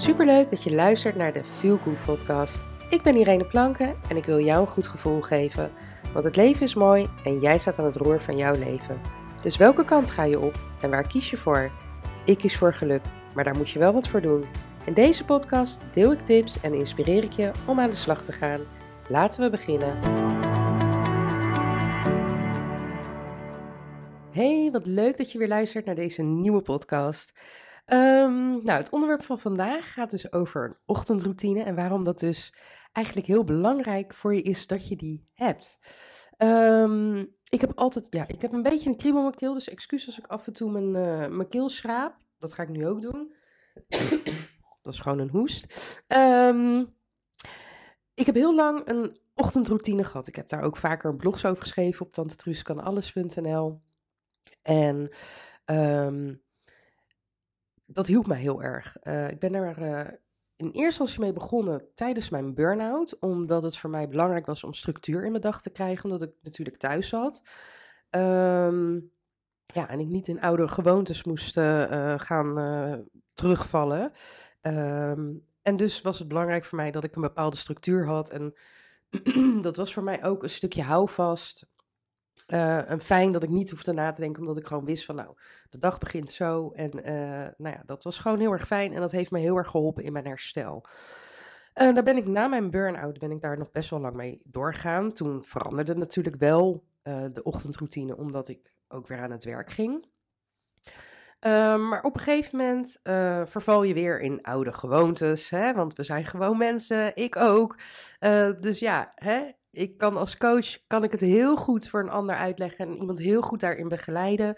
Superleuk dat je luistert naar de Feel Good podcast. Ik ben Irene Planken en ik wil jou een goed gevoel geven. Want het leven is mooi en jij staat aan het roer van jouw leven. Dus welke kant ga je op en waar kies je voor? Ik kies voor geluk, maar daar moet je wel wat voor doen. In deze podcast deel ik tips en inspireer ik je om aan de slag te gaan. Laten we beginnen. Hey, wat leuk dat je weer luistert naar deze nieuwe podcast. Het onderwerp van vandaag gaat dus over een ochtendroutine en waarom dat dus eigenlijk heel belangrijk voor je is dat je die hebt. Ik heb een beetje een kriebel in mijn keel, dus excuus als ik af en toe mijn keel schraap. Dat ga ik nu ook doen. Dat is gewoon een hoest. Ik heb heel lang een ochtendroutine gehad. Ik heb daar ook vaker blogs over geschreven op tantetruuskanalles.nl. En dat hielp mij heel erg. Ik ben er in eerste instantie mee begonnen tijdens mijn burn-out, omdat het voor mij belangrijk was om structuur in mijn dag te krijgen, omdat ik natuurlijk thuis zat. En ik niet in oude gewoontes moest gaan terugvallen. En dus was het belangrijk voor mij dat ik een bepaalde structuur had. En dat was voor mij ook een stukje houvast. En fijn dat ik niet hoefde na te denken, omdat ik gewoon wist van de dag begint zo. En dat was gewoon heel erg fijn en dat heeft me heel erg geholpen in mijn herstel. Daar ben ik na mijn burn-out daar nog best wel lang mee doorgegaan. Toen veranderde natuurlijk wel de ochtendroutine, omdat ik ook weer aan het werk ging. Maar op een gegeven moment verval je weer in oude gewoontes, hè? Want we zijn gewoon mensen, ik ook. Ik kan als coach het heel goed voor een ander uitleggen en iemand heel goed daarin begeleiden.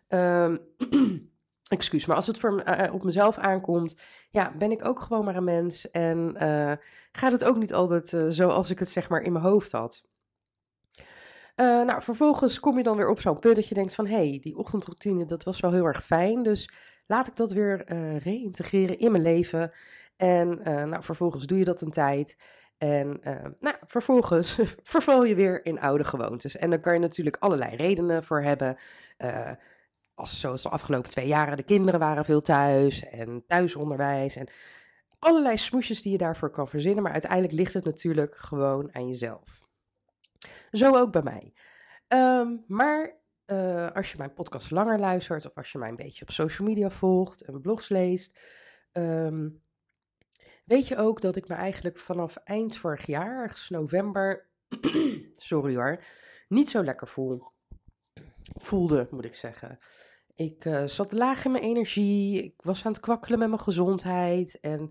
Excuus, maar als het op mezelf aankomt, ben ik ook gewoon maar een mens en gaat het ook niet altijd zoals ik het zeg maar in mijn hoofd had. Vervolgens kom je dan weer op zo'n punt dat je denkt van, die ochtendroutine, dat was wel heel erg fijn. Dus laat ik dat weer reïntegreren in mijn leven. En vervolgens doe je dat een tijd. En vervolgens verval je weer in oude gewoontes. En dan kan je natuurlijk allerlei redenen voor hebben. Zoals de afgelopen 2 jaren, de kinderen waren veel thuis en thuisonderwijs. En allerlei smoesjes die je daarvoor kan verzinnen. Maar uiteindelijk ligt het natuurlijk gewoon aan jezelf. Zo ook bij mij. Als je mijn podcast langer luistert of als je mij een beetje op social media volgt en blogs leest, weet je ook dat ik me eigenlijk vanaf eind vorig jaar, ergens november, niet zo lekker voelde, moet ik zeggen. Ik zat laag in mijn energie, ik was aan het kwakkelen met mijn gezondheid en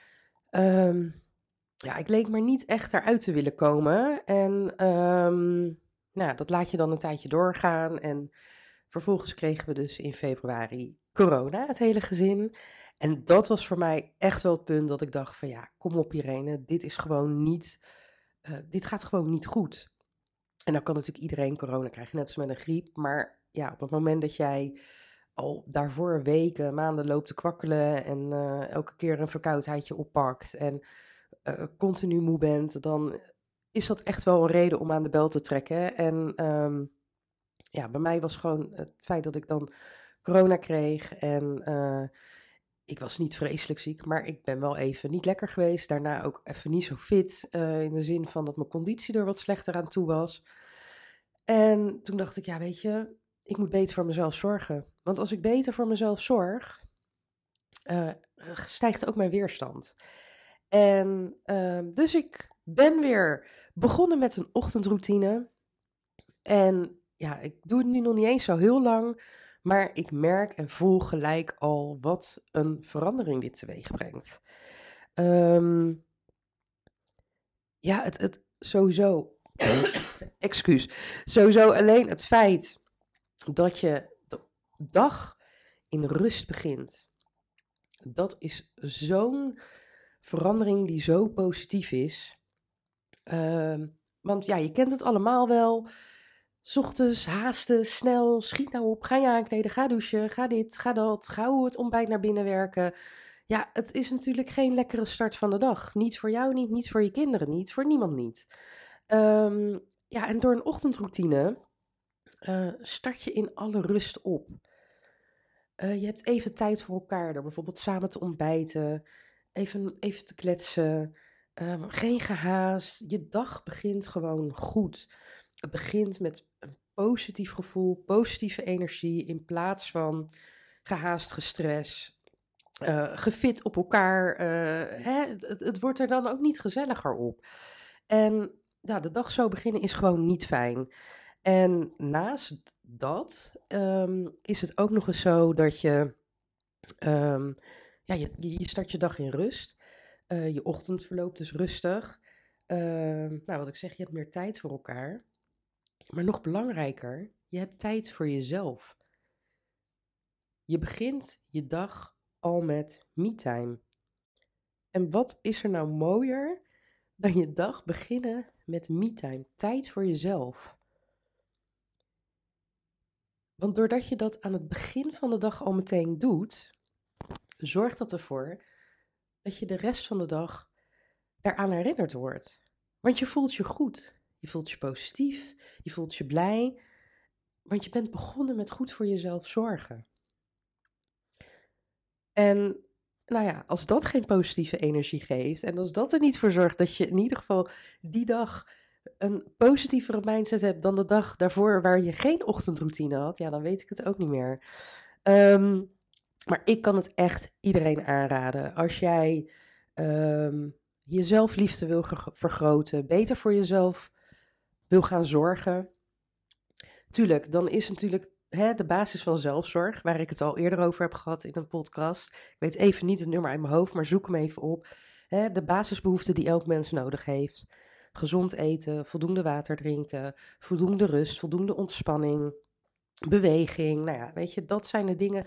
ik leek maar niet echt eruit te willen komen. En dat laat je dan een tijdje doorgaan. En vervolgens kregen we dus in februari corona, het hele gezin. En dat was voor mij echt wel het punt dat ik dacht van kom op Irene, dit is gewoon niet, dit gaat gewoon niet goed. En dan kan natuurlijk iedereen corona krijgen, net als met een griep. Maar op het moment dat jij al daarvoor weken, maanden loopt te kwakkelen en elke keer een verkoudheidje oppakt en continu moe bent, dan is dat echt wel een reden om aan de bel te trekken. En bij mij was gewoon het feit dat ik dan corona kreeg en ik was niet vreselijk ziek, maar ik ben wel even niet lekker geweest. Daarna ook even niet zo fit, in de zin van dat mijn conditie er wat slechter aan toe was. En toen dacht ik, weet je, ik moet beter voor mezelf zorgen. Want als ik beter voor mezelf zorg, stijgt ook mijn weerstand. En dus ik ben weer begonnen met een ochtendroutine. En ik doe het nu nog niet eens zo heel lang. Maar ik merk en voel gelijk al wat een verandering dit teweeg brengt. Het sowieso... Excuus. Sowieso alleen het feit dat je de dag in rust begint. Dat is zo'n verandering die zo positief is. Want je kent het allemaal wel. 's Ochtends haasten, snel, schiet nou op, ga je aankleden, ga douchen, ga dit, ga dat, ga het ontbijt naar binnen werken. Het is natuurlijk geen lekkere start van de dag. Niet voor jou niet, niet voor je kinderen niet, voor niemand niet. En door een ochtendroutine start je in alle rust op. Je hebt even tijd voor elkaar door bijvoorbeeld samen te ontbijten. even te kletsen. Geen gehaast. Je dag begint gewoon goed. Het begint met een positief gevoel, positieve energie in plaats van gehaast gestres. Gefit op elkaar. Het wordt er dan ook niet gezelliger op. En ja, de dag zo beginnen is gewoon niet fijn. En naast dat is het ook nog eens zo dat je, ehm, ja, je start je dag in rust. Je ochtend verloopt dus rustig. Nou, wat ik zeg, je hebt meer tijd voor elkaar. Maar nog belangrijker, je hebt tijd voor jezelf. Je begint je dag al met me-time. En wat is er nou mooier dan je dag beginnen met me-time? Tijd voor jezelf. Want doordat je dat aan het begin van de dag al meteen doet, zorgt dat ervoor dat je de rest van de dag daaraan herinnerd wordt. Want je voelt je goed, je voelt je positief, je voelt je blij, want je bent begonnen met goed voor jezelf zorgen. En nou ja, als dat geen positieve energie geeft en als dat er niet voor zorgt dat je in ieder geval die dag een positievere mindset hebt dan de dag daarvoor waar je geen ochtendroutine had, ja, dan weet ik het ook niet meer. Maar ik kan het echt iedereen aanraden. Als jij je zelfliefde wil vergroten, beter voor jezelf wil gaan zorgen. Tuurlijk, dan is natuurlijk de basis van zelfzorg, waar ik het al eerder over heb gehad in een podcast. Ik weet even niet het nummer uit mijn hoofd, maar zoek hem even op. De basisbehoeften die elk mens nodig heeft. Gezond eten, voldoende water drinken, voldoende rust, voldoende ontspanning, beweging. Nou ja, weet je, dat zijn de dingen.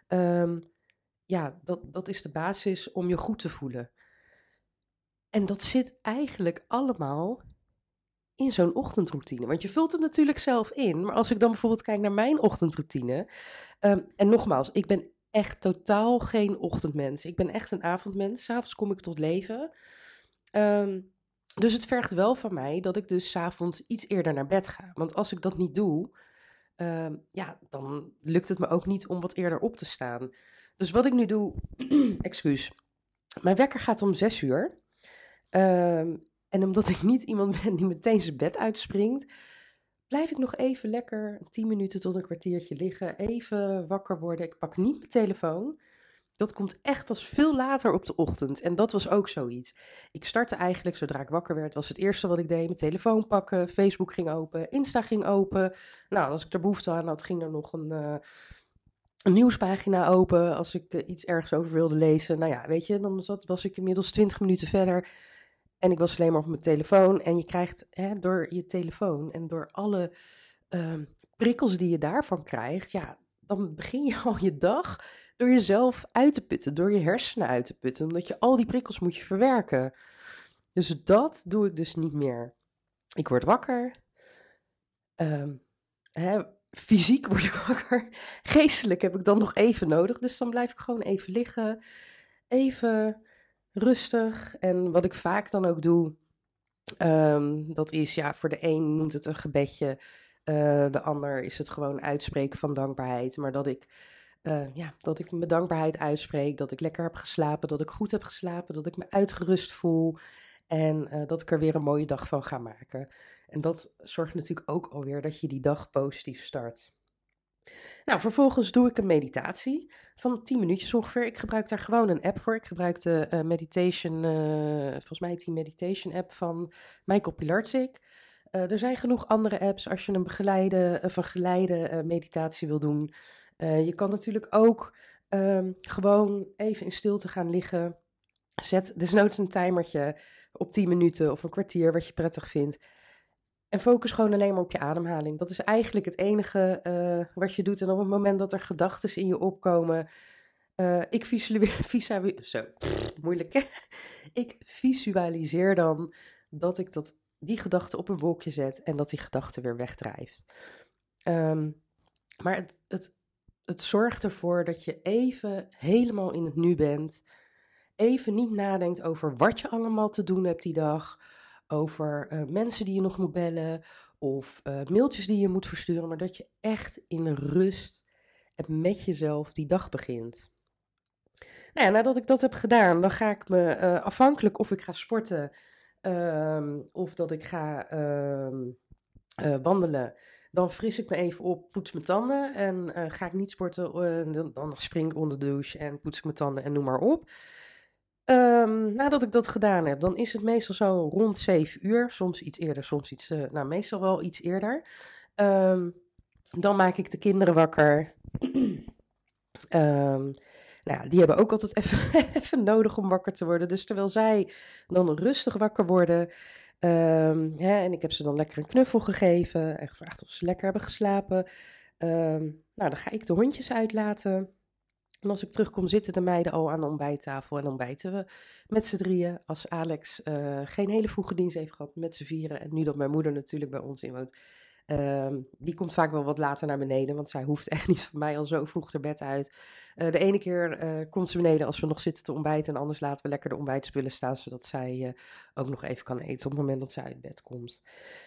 Ja, dat is de basis om je goed te voelen. En dat zit eigenlijk allemaal in zo'n ochtendroutine. Want je vult het natuurlijk zelf in. Maar als ik dan bijvoorbeeld kijk naar mijn ochtendroutine. En nogmaals, ik ben echt totaal geen ochtendmens. Ik ben echt een avondmens. 's Avonds kom ik tot leven. Dus het vergt wel van mij dat ik dus 's avonds iets eerder naar bed ga. Want als ik dat niet doe, ja, dan lukt het me ook niet om wat eerder op te staan. Dus wat ik nu doe, excuus. Mijn wekker gaat om 6 uur. En omdat ik niet iemand ben die meteen zijn bed uitspringt, blijf ik nog even lekker 10 minuten tot een kwartiertje liggen. Even wakker worden. Ik pak niet mijn telefoon. Dat komt echt pas veel later op de ochtend. En dat was ook zoiets. Ik startte eigenlijk, zodra ik wakker werd, was het eerste wat ik deed. Mijn telefoon pakken, Facebook ging open, Insta ging open. Nou, als ik er behoefte aan had, ging er nog een nieuwspagina open. Als ik iets ergens over wilde lezen. Nou ja, weet je, dan was ik inmiddels 20 minuten verder. En ik was alleen maar op mijn telefoon. En je krijgt door je telefoon en door alle prikkels die je daarvan krijgt, ja, dan begin je al je dag door jezelf uit te putten, door je hersenen uit te putten, omdat je al die prikkels moet je verwerken. Dus dat doe ik dus niet meer. Ik word wakker. Fysiek word ik wakker. Geestelijk heb ik dan nog even nodig. Dus dan blijf ik gewoon even liggen. Even rustig. En wat ik vaak dan ook doe, dat is, ja, voor de een noemt het een gebedje. De ander is het gewoon uitspreken van dankbaarheid. Maar dat ik mijn dankbaarheid uitspreek. Dat ik lekker heb geslapen. Dat ik goed heb geslapen. Dat ik me uitgerust voel. En dat ik er weer een mooie dag van ga maken. En dat zorgt natuurlijk ook alweer dat je die dag positief start. Nou, vervolgens doe ik een meditatie van 10 minuutjes ongeveer. Ik gebruik daar gewoon een app voor. Ik gebruik de meditation, volgens mij die meditation app van Michael Pilarczyk. Er zijn genoeg andere apps als je een geleide meditatie wil doen. Je kan natuurlijk ook gewoon even in stilte gaan liggen. Zet desnoods een timertje op 10 minuten of een kwartier, wat je prettig vindt. En focus gewoon alleen maar op je ademhaling. Dat is eigenlijk het enige wat je doet. En op het moment dat er gedachten in je opkomen, moeilijk hè? Ik visualiseer dan dat ik die gedachte op een wolkje zet en dat die gedachte weer wegdrijft. Maar het zorgt ervoor dat je even helemaal in het nu bent. Even niet nadenkt over wat je allemaal te doen hebt die dag. Over mensen die je nog moet bellen. Of mailtjes die je moet versturen. Maar dat je echt in rust en met jezelf die dag begint. Nou ja, nadat ik dat heb gedaan, dan ga ik me afhankelijk of ik ga sporten of dat ik ga wandelen. Dan fris ik me even op, poets mijn tanden en ga ik niet sporten, dan spring ik onder de douche en poets ik mijn tanden en noem maar op. Nadat ik dat gedaan heb, dan is het meestal zo rond 7 uur, soms iets eerder, soms iets, meestal wel iets eerder. Dan maak ik de kinderen wakker. Ehm, nou ja, die hebben ook altijd even, even nodig om wakker te worden. Dus terwijl zij dan rustig wakker worden, en ik heb ze dan lekker een knuffel gegeven en gevraagd of ze lekker hebben geslapen. Nou, dan ga ik de hondjes uitlaten. En als ik terugkom, zitten de meiden al aan de ontbijttafel en ontbijten we met z'n drieën. Als Alex geen hele vroege dienst heeft gehad, met z'n vieren. En nu dat mijn moeder natuurlijk bij ons inwoont, die komt vaak wel wat later naar beneden, want zij hoeft echt niet van mij al zo vroeg haar bed uit. De ene keer komt ze beneden als we nog zitten te ontbijten en anders laten we lekker de ontbijtspullen staan, zodat zij ook nog even kan eten op het moment dat zij uit bed komt.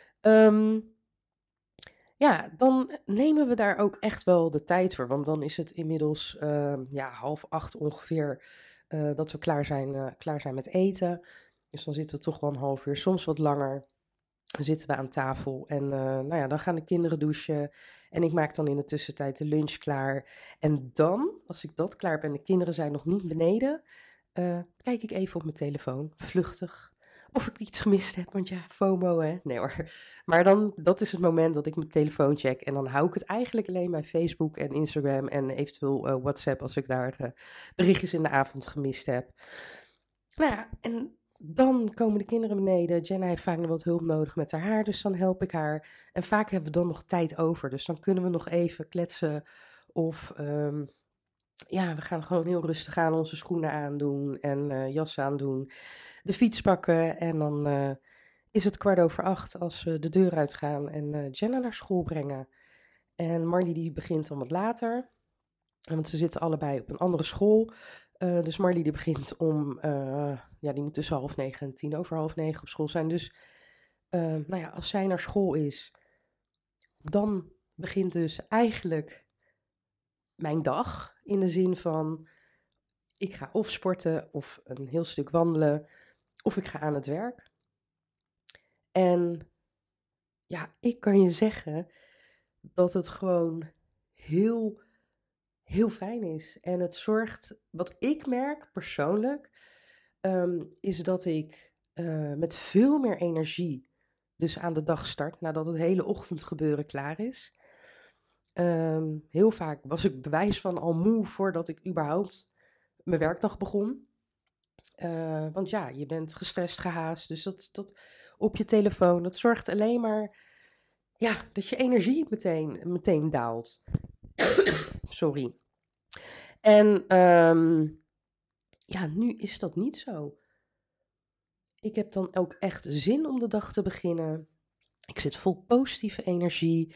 Ja, dan nemen we daar ook echt wel de tijd voor, want dan is het inmiddels 7:30 ongeveer dat we klaar zijn met eten. Dus dan zitten we toch wel een half uur, soms wat langer. Dan zitten we aan tafel en nou ja, dan gaan de kinderen douchen en ik maak dan in de tussentijd de lunch klaar. En dan, als ik dat klaar heb en de kinderen zijn nog niet beneden, kijk ik even op mijn telefoon, vluchtig, of ik iets gemist heb, want ja, FOMO hè. Nee hoor, maar dan, dat is het moment dat ik mijn telefoon check en dan hou ik het eigenlijk alleen bij Facebook en Instagram en eventueel WhatsApp als ik daar berichtjes in de avond gemist heb. Nou ja, en dan komen de kinderen beneden. Jenna heeft vaak nog wat hulp nodig met haar haar, dus dan help ik haar. En vaak hebben we dan nog tijd over, dus dan kunnen we nog even kletsen. Of we gaan gewoon heel rustig aan onze schoenen aandoen en jas aandoen. De fiets pakken en dan is het 7:15 als we de deur uitgaan en Jenna naar school brengen. En Marley die begint dan wat later, want ze zitten allebei op een andere school. Dus Marley die begint die moet tussen 8:30 en 9:10 op school zijn. Dus als zij naar school is, dan begint dus eigenlijk mijn dag. In de zin van, ik ga of sporten of een heel stuk wandelen of ik ga aan het werk. En ja, ik kan je zeggen dat het gewoon heel, heel fijn is. En het zorgt, wat ik merk persoonlijk, is dat ik met veel meer energie dus aan de dag start nadat het hele ochtendgebeuren klaar is. Heel vaak was ik bewijs van al moe voordat ik überhaupt mijn werkdag begon. Want ja, je bent gestrest, gehaast, dus dat op je telefoon, dat zorgt alleen maar dat je energie meteen daalt. Sorry. En nu is dat niet zo. Ik heb dan ook echt zin om de dag te beginnen. Ik zit vol positieve energie.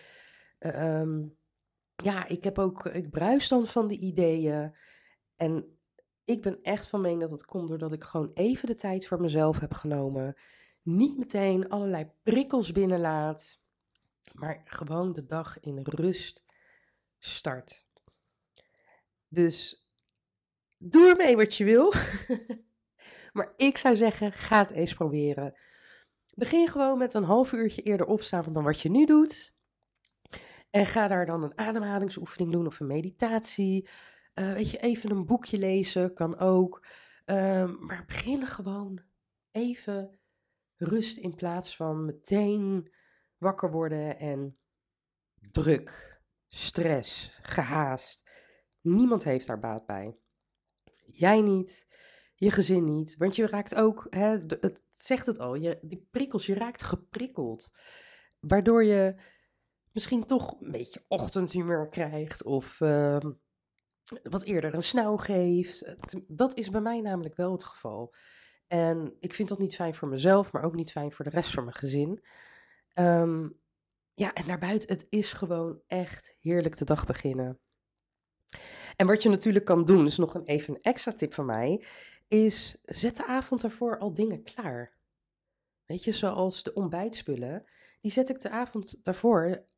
Ik bruis dan van de ideeën. En ik ben echt van mening dat het komt doordat ik gewoon even de tijd voor mezelf heb genomen. Niet meteen allerlei prikkels binnenlaat, maar gewoon de dag in rust start. Dus doe ermee wat je wil. Maar ik zou zeggen, ga het eens proberen. Begin gewoon met een half uurtje eerder opstaan dan wat je nu doet. En ga daar dan een ademhalingsoefening doen of een meditatie. Even een boekje lezen kan ook. Maar begin gewoon even rust in plaats van meteen wakker worden en druk, stress, gehaast. Niemand heeft daar baat bij. Jij niet, je gezin niet. Want je raakt ook, het zegt het al, die prikkels, je raakt geprikkeld. Waardoor je misschien toch een beetje ochtendhumeur krijgt of wat eerder een snauw geeft. Dat is bij mij namelijk wel het geval. En ik vind dat niet fijn voor mezelf, maar ook niet fijn voor de rest van mijn gezin. En daarbuiten, het is gewoon echt heerlijk de dag beginnen. En wat je natuurlijk kan doen, dus nog even een extra tip van mij, is zet de avond ervoor al dingen klaar. Weet je, zoals de ontbijtspullen, die zet ik de avond daarvoor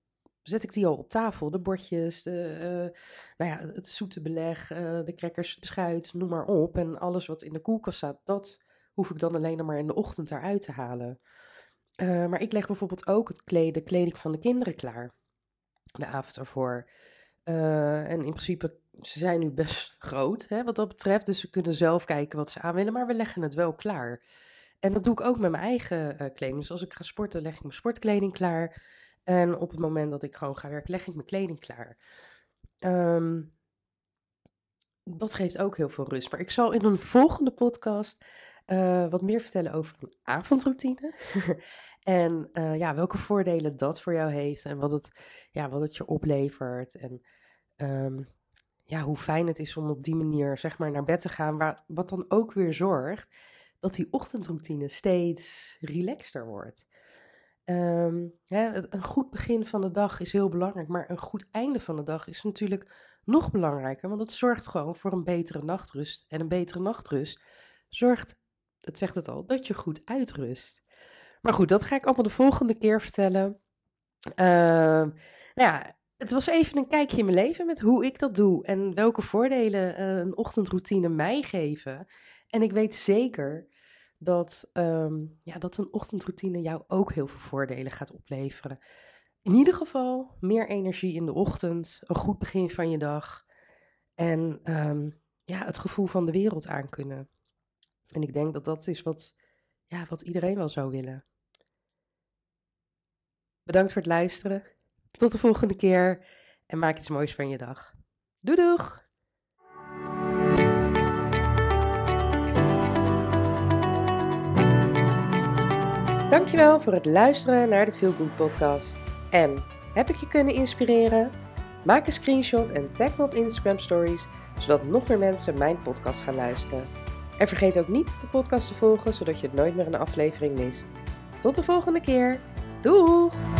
zet ik die al op tafel. De bordjes, het zoete beleg, de crackers, het beschuit, noem maar op. En alles wat in de koelkast staat, dat hoef ik dan alleen nog maar in de ochtend eruit te halen. Maar ik leg bijvoorbeeld ook de kleding van de kinderen klaar. De avond ervoor. En in principe, ze zijn nu best groot, hè, wat dat betreft. Dus ze kunnen zelf kijken wat ze aan willen, maar we leggen het wel klaar. En dat doe ik ook met mijn eigen kleding. Dus als ik ga sporten, leg ik mijn sportkleding klaar. En op het moment dat ik gewoon ga werken, leg ik mijn kleding klaar. Dat geeft ook heel veel rust. Maar ik zal in een volgende podcast wat meer vertellen over een avondroutine. En welke voordelen dat voor jou heeft. En wat het je oplevert. En hoe fijn het is om op die manier zeg maar naar bed te gaan. Wat dan ook weer zorgt dat die ochtendroutine steeds relaxter wordt. Een goed begin van de dag is heel belangrijk, maar een goed einde van de dag is natuurlijk nog belangrijker, want dat zorgt gewoon voor een betere nachtrust. En een betere nachtrust zorgt, het zegt het al, dat je goed uitrust. Maar goed, dat ga ik allemaal de volgende keer vertellen. Het was even een kijkje in mijn leven met hoe ik dat doe en welke voordelen een ochtendroutine mij geven. En ik weet zeker dat een ochtendroutine jou ook heel veel voordelen gaat opleveren. In ieder geval meer energie in de ochtend, een goed begin van je dag en het gevoel van de wereld aankunnen. En ik denk dat dat is wat iedereen wel zou willen. Bedankt voor het luisteren. Tot de volgende keer en maak iets moois van je dag. Doei doeg! Dankjewel voor het luisteren naar de Feel Good podcast. En heb ik je kunnen inspireren? Maak een screenshot en tag me op Instagram Stories, zodat nog meer mensen mijn podcast gaan luisteren. En vergeet ook niet de podcast te volgen, zodat je nooit meer een aflevering mist. Tot de volgende keer. Doeg!